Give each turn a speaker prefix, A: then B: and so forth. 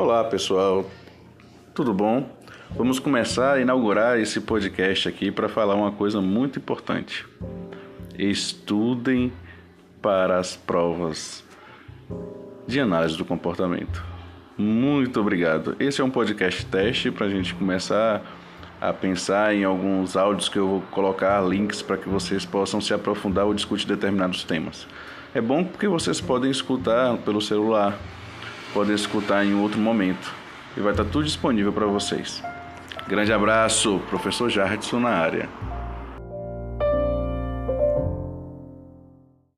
A: Olá pessoal, tudo bom? Vamos começar a inaugurar esse podcast aqui para falar uma coisa muito importante. Estudem para as provas de análise do comportamento. Muito obrigado. Esse é um podcast teste para a gente começar a pensar em alguns áudios que eu vou colocar links para que vocês possam se aprofundar ou discutir determinados temas. É bom porque vocês podem escutar pelo celular, podem escutar em outro momento e vai estar tudo disponível para vocês. Grande abraço, professor Jardson na área.